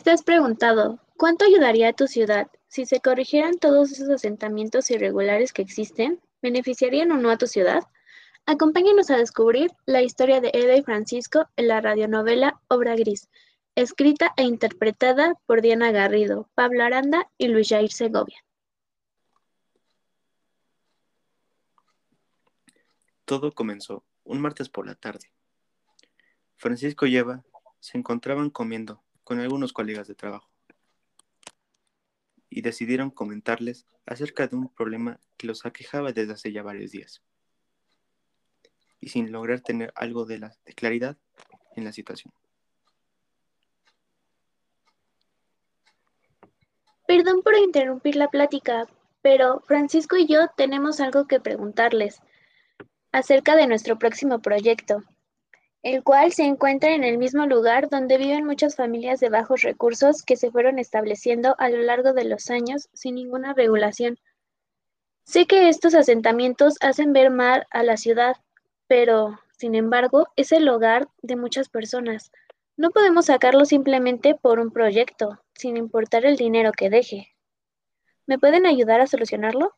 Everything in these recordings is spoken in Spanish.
¿Te has preguntado cuánto ayudaría a tu ciudad si se corrigieran todos esos asentamientos irregulares que existen? ¿Beneficiarían o no a tu ciudad? Acompáñanos a descubrir la historia de Eva y Francisco en la radionovela Obra Gris, escrita e interpretada por Diana Garrido, Pablo Aranda y Luis Jair Segovia. Todo comenzó un martes por la tarde. Francisco y Eva se encontraban comiendo con algunos colegas de trabajo y decidieron comentarles acerca de un problema que los aquejaba desde hace ya varios días, y sin lograr tener algo de claridad en la situación. Perdón por interrumpir la plática, pero Francisco y yo tenemos algo que preguntarles acerca de nuestro próximo proyecto, el cual se encuentra en el mismo lugar donde viven muchas familias de bajos recursos que se fueron estableciendo a lo largo de los años sin ninguna regulación. Sé que estos asentamientos hacen ver mal a la ciudad, pero, sin embargo, es el hogar de muchas personas. No podemos sacarlo simplemente por un proyecto, sin importar el dinero que deje. ¿Me pueden ayudar a solucionarlo?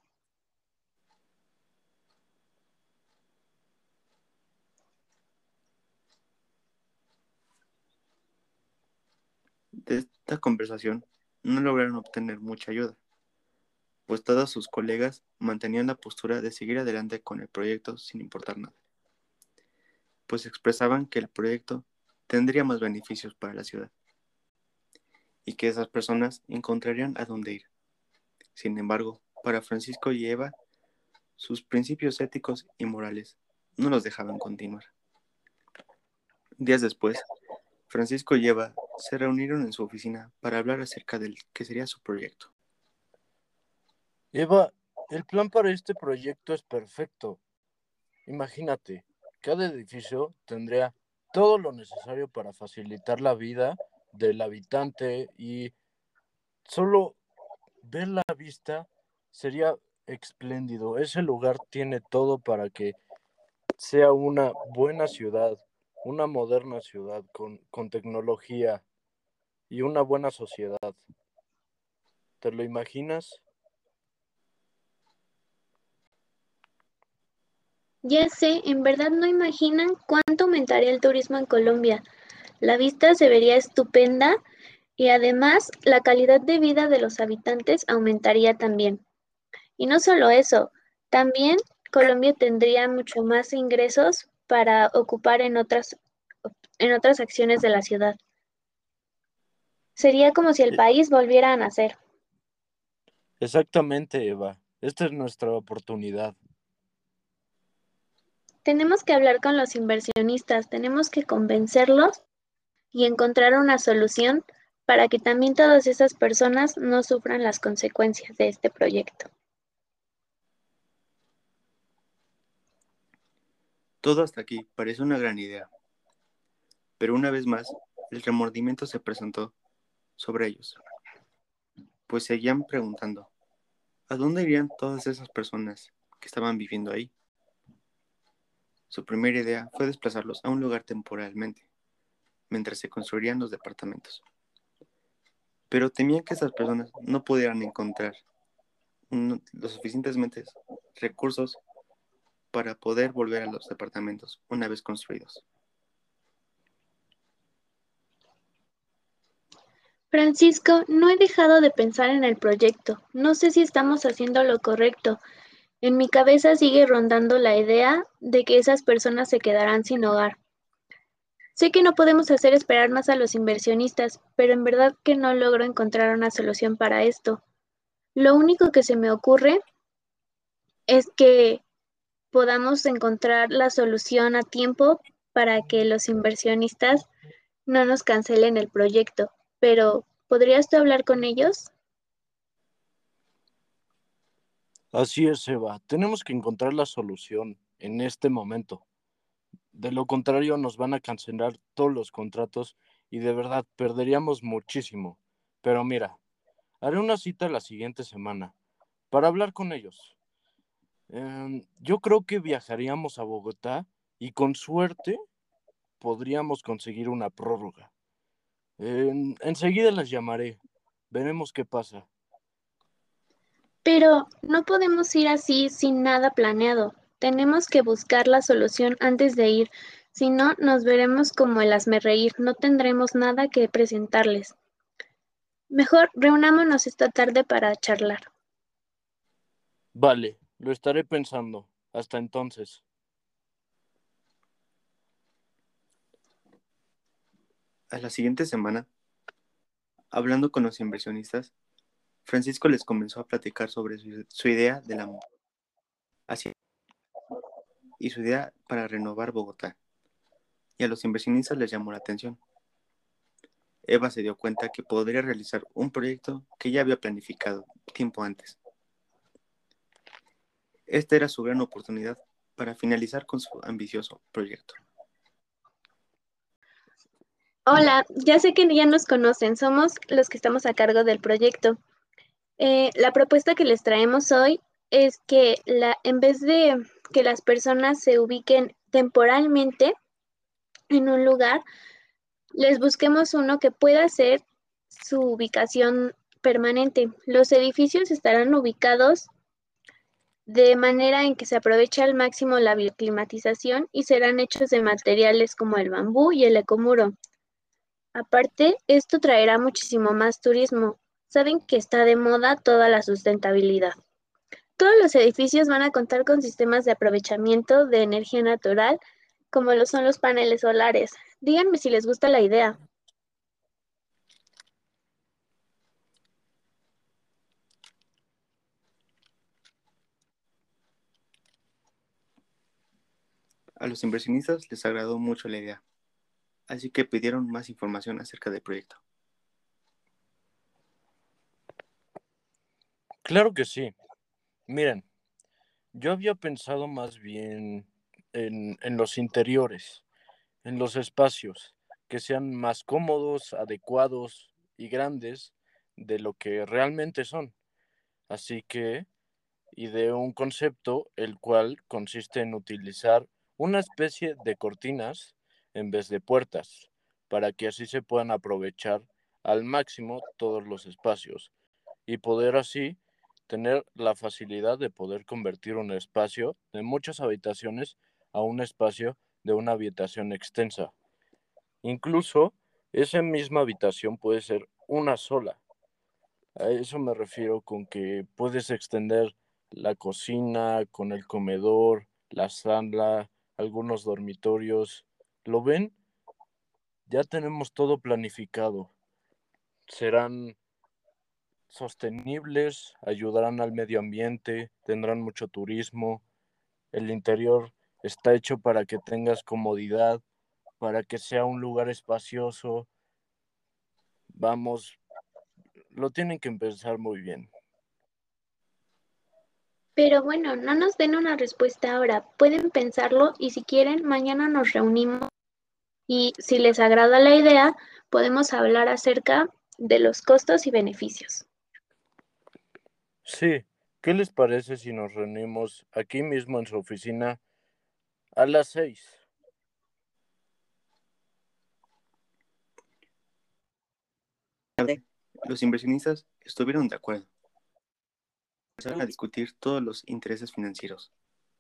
De esta conversación no lograron obtener mucha ayuda, pues todos sus colegas mantenían la postura de seguir adelante con el proyecto sin importar nada, pues expresaban que el proyecto tendría más beneficios para la ciudad y que esas personas encontrarían a dónde ir. Sin embargo, para Francisco y Eva, sus principios éticos y morales no los dejaban continuar. Días después, Francisco y Eva se reunieron en su oficina para hablar acerca del que sería su proyecto. Eva, el plan para este proyecto es perfecto. Imagínate, cada edificio tendría todo lo necesario para facilitar la vida del habitante y solo ver la vista sería espléndido. Ese lugar tiene todo para que sea una buena ciudad, una moderna ciudad con tecnología y una buena sociedad. ¿Te lo imaginas? Ya sé, en verdad no imaginan cuánto aumentaría el turismo en Colombia. La vista se vería estupenda y además la calidad de vida de los habitantes aumentaría también. Y no solo eso, también Colombia tendría mucho más ingresos para ocupar en otras acciones de la ciudad. Sería como si el E- país volviera a nacer. Exactamente, Eva. Esta es nuestra oportunidad. Tenemos que hablar con los inversionistas, tenemos que convencerlos y encontrar una solución para que también todas esas personas no sufran las consecuencias de este proyecto. Todo hasta aquí parece una gran idea, pero una vez más, el remordimiento se presentó sobre ellos, pues seguían preguntando, ¿a dónde irían todas esas personas que estaban viviendo ahí? Su primera idea fue desplazarlos a un lugar temporalmente, mientras se construirían los departamentos. Pero temían que esas personas no pudieran encontrar los suficientemente recursos para poder volver a los departamentos una vez construidos. Francisco, no he dejado de pensar en el proyecto. No sé si estamos haciendo lo correcto. En mi cabeza sigue rondando la idea de que esas personas se quedarán sin hogar. Sé que no podemos hacer esperar más a los inversionistas, pero en verdad que no logro encontrar una solución para esto. Lo único que se me ocurre es que podamos encontrar la solución a tiempo para que los inversionistas no nos cancelen el proyecto. Pero, ¿podrías tú hablar con ellos? Así es, Eva. Tenemos que encontrar la solución en este momento. De lo contrario, nos van a cancelar todos los contratos y de verdad perderíamos muchísimo. Pero mira, haré una cita la siguiente semana para hablar con ellos. Yo creo que viajaríamos a Bogotá y con suerte podríamos conseguir una prórroga. Enseguida las llamaré. Veremos qué pasa. Pero no podemos ir así sin nada planeado. Tenemos que buscar la solución antes de ir. Si no, nos veremos como el hazmerreír. No tendremos nada que presentarles. Mejor reunámonos esta tarde para charlar. Vale, lo estaré pensando. Hasta entonces. A la siguiente semana, hablando con los inversionistas, Francisco les comenzó a platicar sobre su idea de la hacia y su idea para renovar Bogotá, y a los inversionistas les llamó la atención. Eva se dio cuenta que podría realizar un proyecto que ya había planificado tiempo antes. Esta era su gran oportunidad para finalizar con su ambicioso proyecto. Hola, ya sé que ya nos conocen, somos los que estamos a cargo del proyecto. La propuesta que les traemos hoy es que en vez de que las personas se ubiquen temporalmente en un lugar, les busquemos uno que pueda ser su ubicación permanente. Los edificios estarán ubicados de manera en que se aproveche al máximo la bioclimatización y serán hechos de materiales como el bambú y el ecomuro. Aparte, esto traerá muchísimo más turismo. Saben que está de moda toda la sustentabilidad. Todos los edificios van a contar con sistemas de aprovechamiento de energía natural, como lo son los paneles solares. Díganme si les gusta la idea. A los inversionistas les agradó mucho la idea, así que pidieron más información acerca del proyecto. Claro que sí. Miren, yo había pensado más bien en los interiores, en los espacios, que sean más cómodos, adecuados y grandes de lo que realmente son. Así que ideé un concepto el cual consiste en utilizar una especie de cortinas en vez de puertas, para que así se puedan aprovechar al máximo todos los espacios y poder así tener la facilidad de poder convertir un espacio de muchas habitaciones a un espacio de una habitación extensa. Incluso esa misma habitación puede ser una sola. A eso me refiero con que puedes extender la cocina con el comedor, la sala, algunos dormitorios. ¿Lo ven? Ya tenemos todo planificado. Serán sostenibles, ayudarán al medio ambiente, tendrán mucho turismo. El interior está hecho para que tengas comodidad, para que sea un lugar espacioso. Vamos, lo tienen que empezar muy bien. Pero bueno, no nos den una respuesta ahora. Pueden pensarlo y si quieren, mañana nos reunimos y si les agrada la idea, podemos hablar acerca de los costos y beneficios. Sí, ¿qué les parece si nos reunimos aquí mismo en su oficina a las 6? Los inversionistas estuvieron de acuerdo. Empezaron a discutir todos los intereses financieros.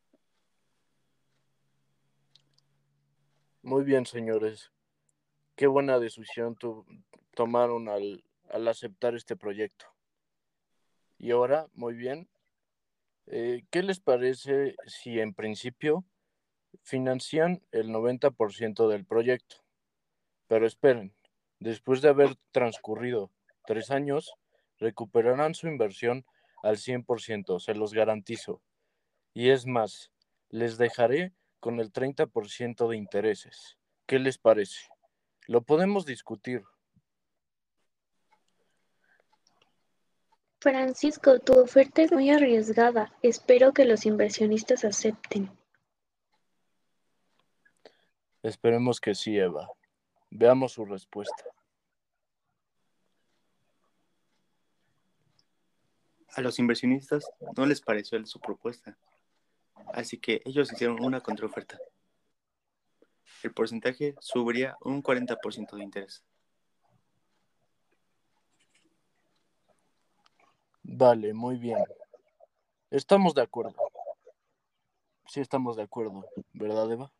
Muy bien, señores. Qué buena decisión tomaron al aceptar este proyecto. Y ahora, muy bien, ¿qué les parece si en principio financian el 90% del proyecto? Pero esperen, después de haber transcurrido 3 años, recuperarán su inversión al 100%, se los garantizo. Y es más, les dejaré con el 30% de intereses. ¿Qué les parece? Lo podemos discutir. Francisco, tu oferta es muy arriesgada. Espero que los inversionistas acepten. Esperemos que sí, Eva. Veamos su respuesta. A los inversionistas no les pareció su propuesta, así que ellos hicieron una contraoferta. El porcentaje subiría un 40% de interés. Vale, muy bien. Estamos de acuerdo. Sí estamos de acuerdo, ¿verdad, Eva?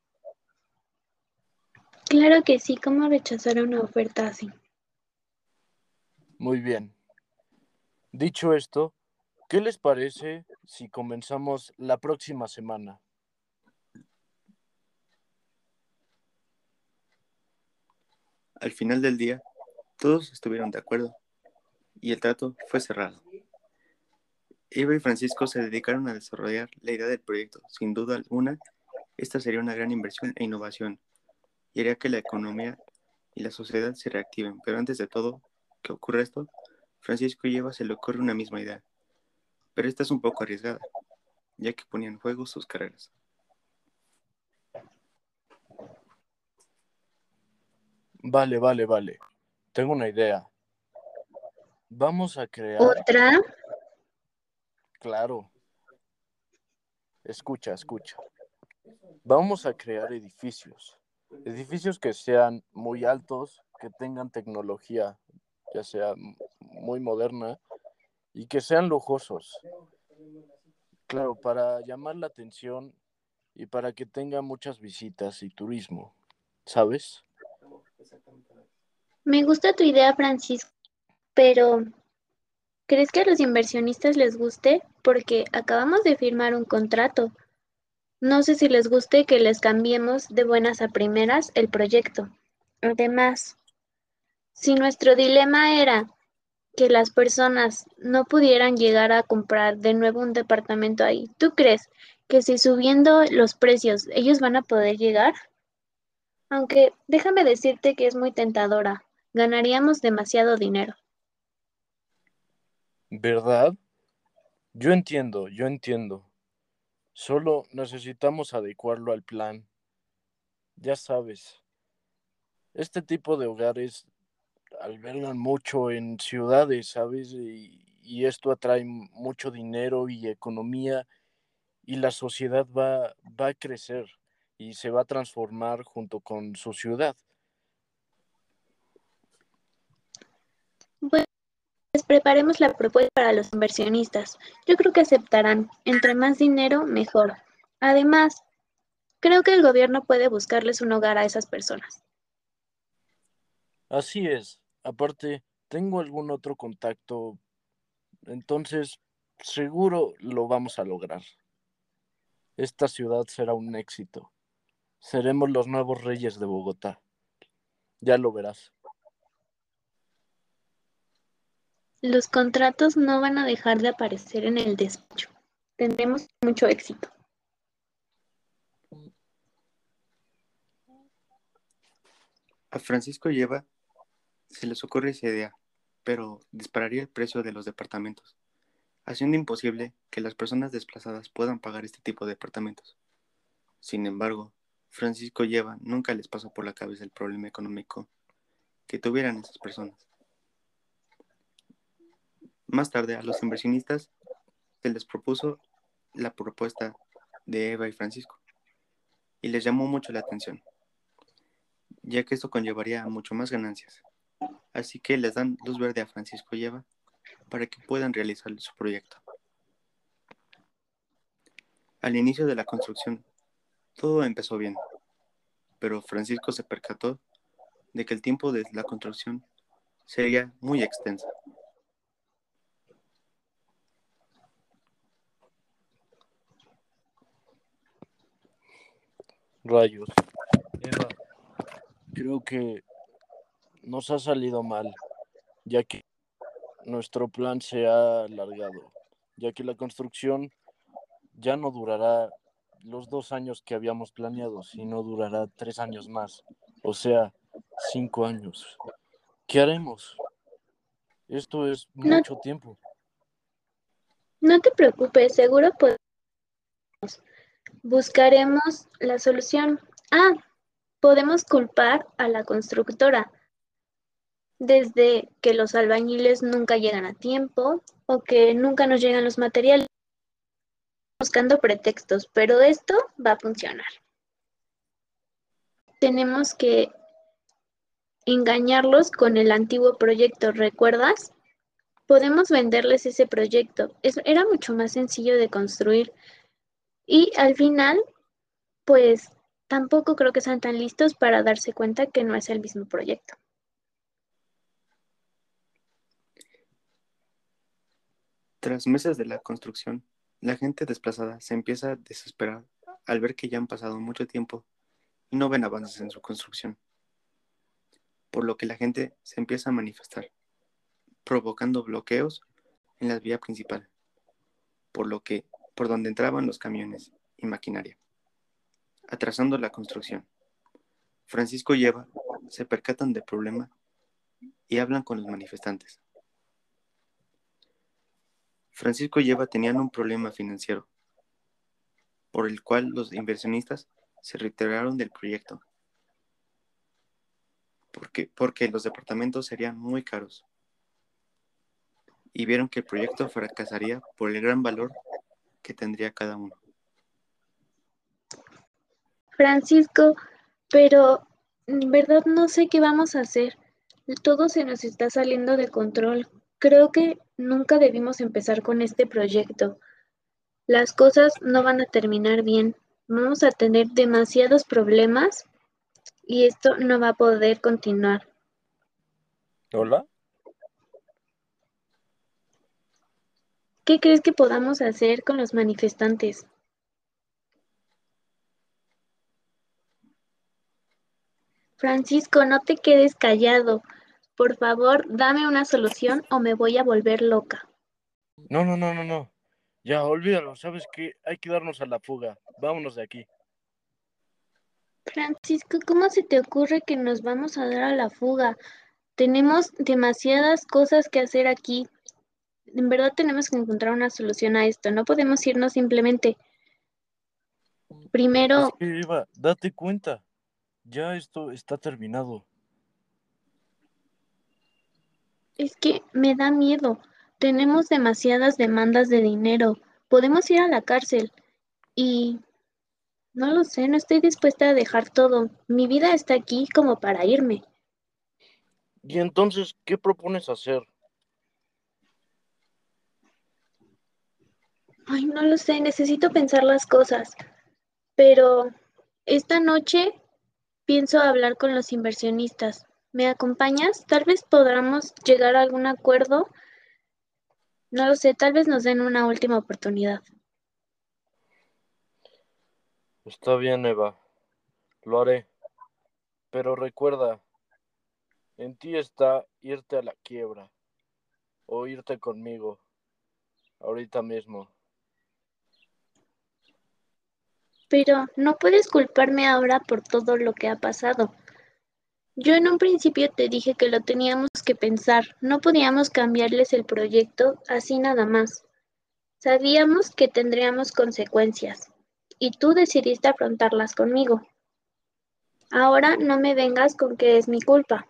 Claro que sí, ¿cómo rechazar una oferta así? Muy bien. Dicho esto, ¿qué les parece si comenzamos la próxima semana? Al final del día, todos estuvieron de acuerdo y el trato fue cerrado. Eva y Francisco se dedicaron a desarrollar la idea del proyecto. Sin duda alguna, esta sería una gran inversión e innovación y haría que la economía y la sociedad se reactiven. Pero antes de todo que ocurra esto, Francisco y Eva se le ocurre una misma idea, pero esta es un poco arriesgada, ya que ponía en juego sus carreras. Vale. Tengo una idea. Vamos a crear, ¿Otra? claro, escucha. Vamos a crear edificios. Edificios que sean muy altos, que tengan tecnología, ya sea muy moderna, y que sean lujosos. Claro, para llamar la atención y para que tenga muchas visitas y turismo, ¿sabes? Me gusta tu idea, Francisco, pero ¿crees que a los inversionistas les guste? Porque acabamos de firmar un contrato. No sé si les guste que les cambiemos de buenas a primeras el proyecto. Además, si nuestro dilema era que las personas no pudieran llegar a comprar de nuevo un departamento ahí, ¿tú crees que si subiendo los precios ellos van a poder llegar? Aunque déjame decirte que es muy tentadora, ganaríamos demasiado dinero. ¿Verdad? Yo entiendo. Solo necesitamos adecuarlo al plan. Ya sabes, este tipo de hogares albergan mucho en ciudades, ¿sabes? Y esto atrae mucho dinero y economía y la sociedad va a crecer y se va a transformar junto con su ciudad. Pues preparemos la propuesta para los inversionistas. Yo creo que aceptarán. Entre más dinero, mejor. Además, creo que el gobierno puede buscarles un hogar a esas personas. Así es. Aparte, tengo algún otro contacto, entonces seguro lo vamos a lograr. Esta ciudad será un éxito. Seremos los nuevos reyes de Bogotá. Ya lo verás. Los contratos no van a dejar de aparecer en el despacho. Tendremos mucho éxito. A Francisco y Eva se les ocurre esa idea, pero dispararía el precio de los departamentos, haciendo imposible que las personas desplazadas puedan pagar este tipo de departamentos. Sin embargo, Francisco y Eva nunca les pasó por la cabeza el problema económico que tuvieran esas personas. Más tarde, a los inversionistas se les propuso la propuesta de Eva y Francisco, y les llamó mucho la atención, ya que esto conllevaría a mucho más ganancias. Así que les dan luz verde a Francisco y Eva para que puedan realizar su proyecto. Al inicio de la construcción, todo empezó bien, pero Francisco se percató de que el tiempo de la construcción sería muy extensa. Rayos. Eva, creo que nos ha salido mal, ya que nuestro plan se ha alargado, ya que la construcción ya no durará los 2 años que habíamos planeado, sino durará 3 años más, o sea, 5 años. ¿Qué haremos? Esto es No, mucho tiempo. no te preocupes, seguro buscaremos la solución. Ah, podemos culpar a la constructora, desde que los albañiles nunca llegan a tiempo o que nunca nos llegan los materiales, buscando pretextos, pero esto va a funcionar. Tenemos que engañarlos con el antiguo proyecto, ¿recuerdas? Podemos venderles ese proyecto. Era mucho más sencillo de construir. Y al final, pues tampoco creo que sean tan listos para darse cuenta que no es el mismo proyecto. Tras meses de la construcción, la gente desplazada se empieza a desesperar al ver que ya han pasado mucho tiempo y no ven avances en su construcción, por lo que la gente se empieza a manifestar, provocando bloqueos en la vía principal, por donde entraban los camiones y maquinaria, atrasando la construcción. Francisco y Eva se percatan del problema y hablan con los manifestantes. Francisco y Eva tenían un problema financiero, por el cual los inversionistas se retiraron del proyecto, porque los departamentos serían muy caros, y vieron que el proyecto fracasaría por el gran valor que tendría cada uno. Francisco, pero en verdad no sé qué vamos a hacer. Todo se nos está saliendo de control. Creo que nunca debimos empezar con este proyecto. Las cosas no van a terminar bien. Vamos a tener demasiados problemas y esto no va a poder continuar. ¿Hola? ¿Qué crees que podamos hacer con los manifestantes? Francisco, no te quedes callado. Por favor, dame una solución o me voy a volver loca. No, no, no, no, no. Ya, olvídalo. ¿Sabes qué? Hay que darnos a la fuga. Vámonos de aquí. Francisco, ¿cómo se te ocurre que nos vamos a dar a la fuga? Tenemos demasiadas cosas que hacer aquí. En verdad tenemos que encontrar una solución a esto. No podemos irnos simplemente. Es Primero, que, Eva, date cuenta. Ya esto está terminado. es que me da miedo. Tenemos demasiadas demandas de dinero. Podemos ir a la cárcel. Y no lo sé, no estoy dispuesta a dejar todo. Mi vida está aquí como para irme. ¿Y entonces qué propones hacer? Ay, no lo sé, necesito pensar las cosas. Pero esta noche pienso hablar con los inversionistas. ¿Me acompañas? Tal vez podamos llegar a algún acuerdo. No lo sé, tal vez nos den una última oportunidad. Está bien, Eva. Lo haré. Pero recuerda, en ti está irte a la quiebra o irte conmigo, ahorita mismo. Pero no puedes culparme ahora por todo lo que ha pasado. Yo en un principio te dije que lo teníamos que pensar, no podíamos cambiarles el proyecto así nada más. Sabíamos que tendríamos consecuencias, y tú decidiste afrontarlas conmigo. Ahora no me vengas con que es mi culpa.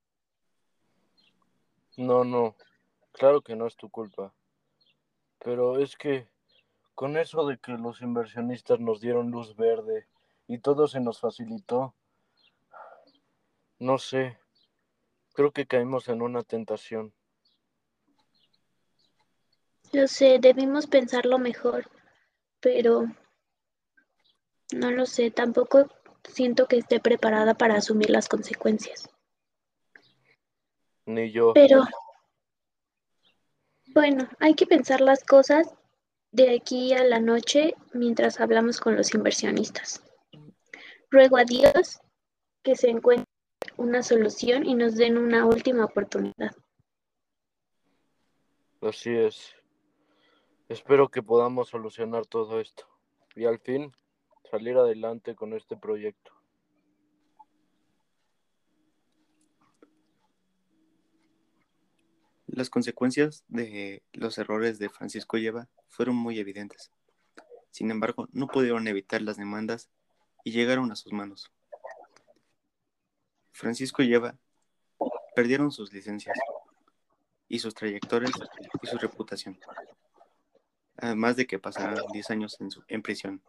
No, no, claro que no es tu culpa. Pero es que con eso de que los inversionistas nos dieron luz verde y todo se nos facilitó, no sé, creo que caímos en una tentación. Yo sé, debimos pensarlo mejor, pero no lo sé, tampoco siento que esté preparada para asumir las consecuencias. Ni yo. Pero bueno, hay que pensar las cosas de aquí a la noche mientras hablamos con los inversionistas. Ruego a Dios que se encuentre una solución y nos den una última oportunidad. Así es. Espero que podamos solucionar todo esto y al fin salir adelante con este proyecto. Las consecuencias de los errores de Francisco y Eva fueron muy evidentes. Sin embargo, no pudieron evitar las demandas y llegaron a sus manos. Francisco y Eva perdieron sus licencias y sus trayectorias y su reputación, además de que pasarán 10 años en prisión.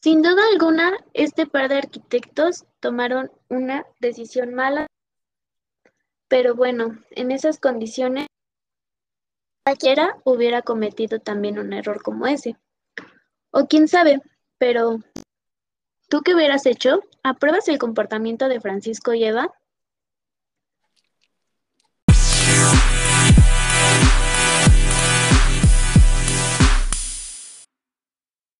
Sin duda alguna, este par de arquitectos tomaron una decisión mala, pero bueno, en esas condiciones cualquiera hubiera cometido también un error como ese. O quién sabe, pero ¿tú qué hubieras hecho? ¿Apruebas el comportamiento de Francisco y Eva?